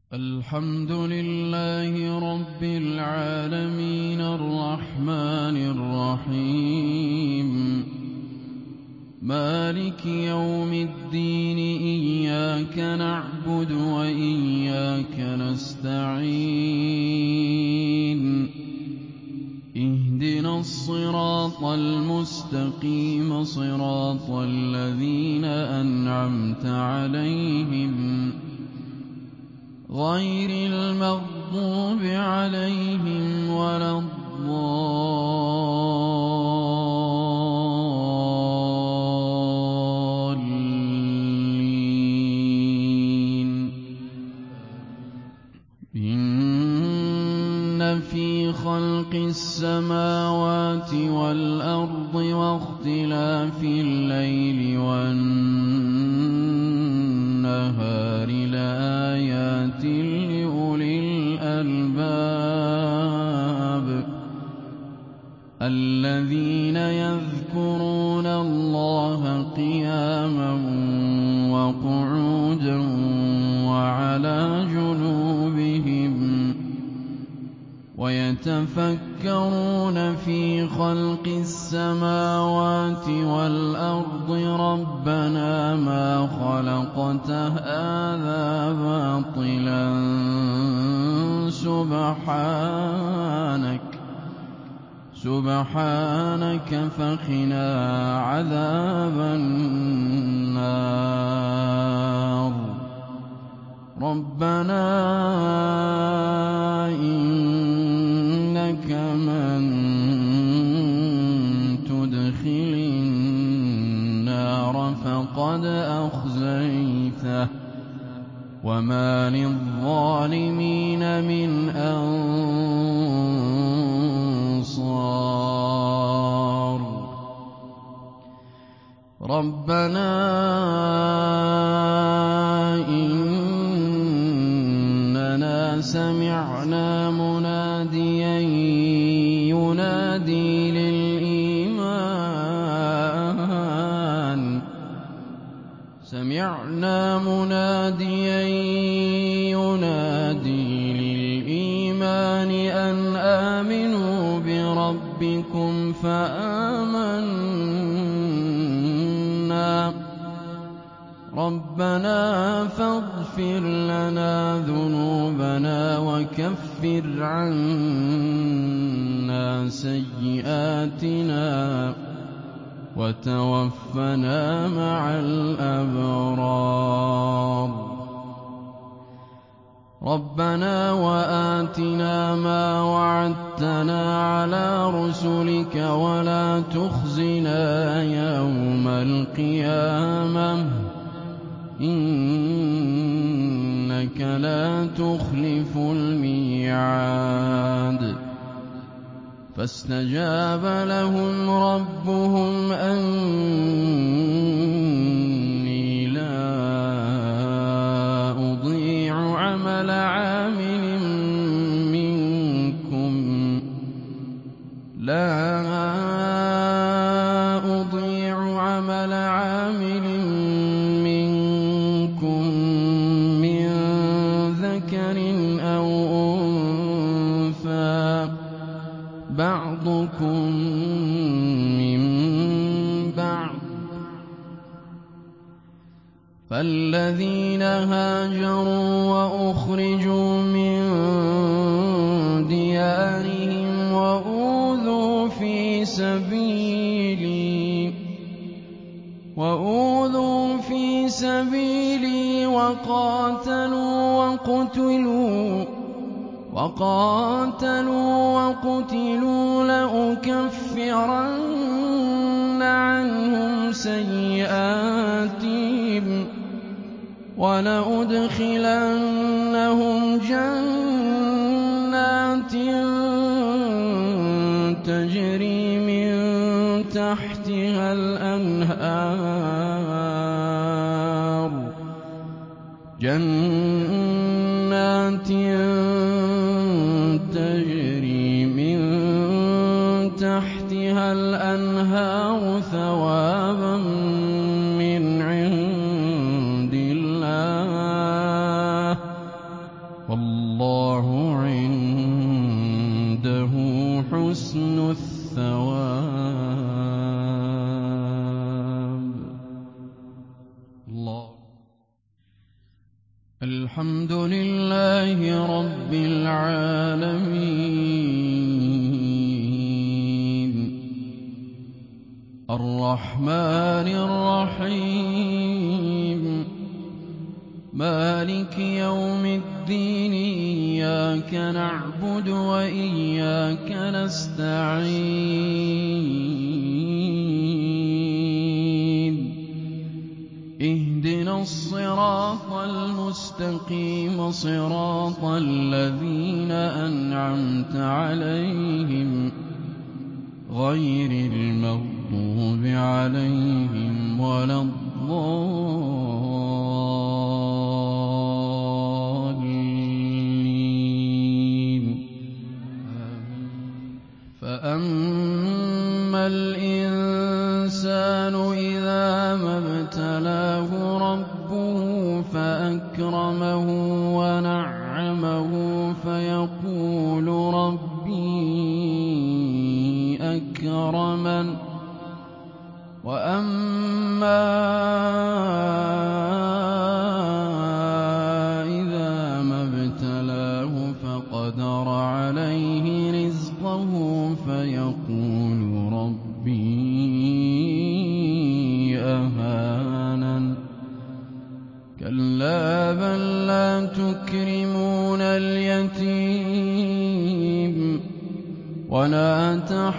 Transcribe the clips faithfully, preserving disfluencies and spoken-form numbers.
الحمد لله رب العالمين الرحمن الرحيم مالك يوم الدين إياك نعبد وإياك نستعين اهدنا الصراط المستقيم صراط الذين أنعمت عليهم غير المغضوب عليهم ولا الضالين إن في خلق السماوات والأرض واختلاف الليل والنهار لآيات لأولي الألباب الذين يذكرون الله قياما وقعودا وعلى جنوبهم ويتفكرون في خلق السماوات والأرض ربنا ما خلقت هذا باطلا سبحانك سبحانك فقنا عذاب النار ربنا إنك من تدخل النار فقد أخزيته وما للظالمين من أنصار ربنا إننا سمعنا مناديا ينادي للإيمان سمعنا مناديا ينادي للإيمان أن آمنوا بربكم فآمنا ربنا فاغفر لنا ذنوبنا وكفر عنا سيئاتنا وتوفنا مع الأبرار ربنا وآتنا ما وعدتنا على رسلك ولا تخزنا يوم القيامة إنك لا تخلف الميعاد فاستجاب لهم ربهم أني لا أضيع عمل عامل منكم لا أضيع عمل عامل منكم من ذكر أو أنثى بعضكم من بعض فالذين هاجروا وأخرجوا من ديارهم وأوذوا في سبيلي وأوذوا في سبيلي وقاتلوا وقتلوا وقاتلوا وقتلوا لأكفرن عنهم سيئاتهم ولأدخلنهم جنات تجري من تحتها الأنهار جنات تجري من تحتها الأنهار ثوابا من عند الله الحمد لله رب العالمين الرحمن الرحيم مالك يوم الدين إياك نعبد وإياك نستعين اهدنا الصراط المستقيم صراط الذين أنعمت عليهم غير المغضوب عليهم ولا الضالين فأما الإنسان إذا ما ابتلاه ربه فأكرمه ونعمه فيقول ربي أكرمن وأما إذا ما ابتلاه فقدر عليه رزقه فيقول ربي أهانن كلا بل لا تكرمون اليتيم ولا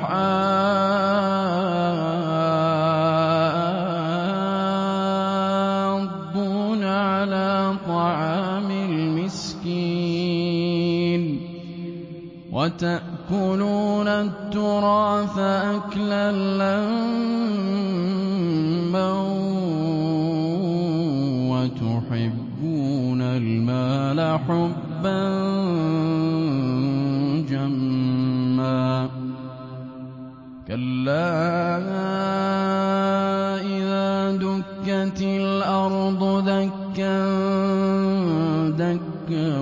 تحاضون على طعام المسكين وتأكلون التراث أكلا لما وتحبون المال حبا جما كلا إذا دكت الأرض دكا دكا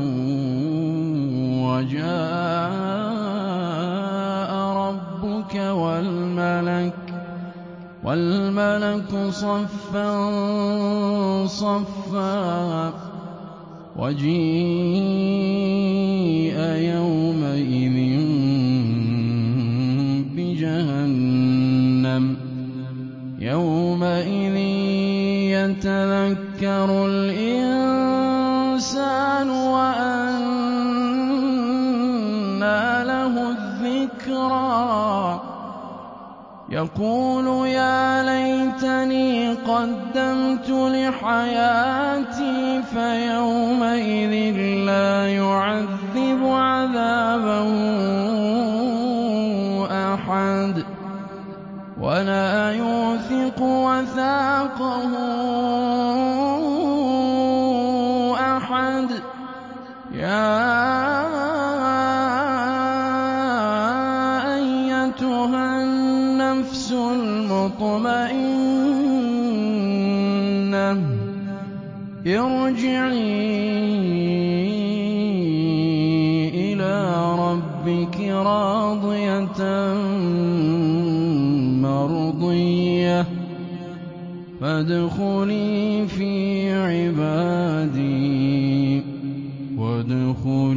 وجاء ربك والملك والملك صفا صفا وجيء يومئذ بجهنم يومئذ يتذكر الإنسان وأنى له الذكرى يقول يا ليتني قدمت لحياتي فيومئذ لا يعذب عذابه أحد ولا يوثق وثاقه أحد يا أيتها النفس المطمئنة ارجعي إلى ربك راضية مرضية فادخلي في عبادي وادخلي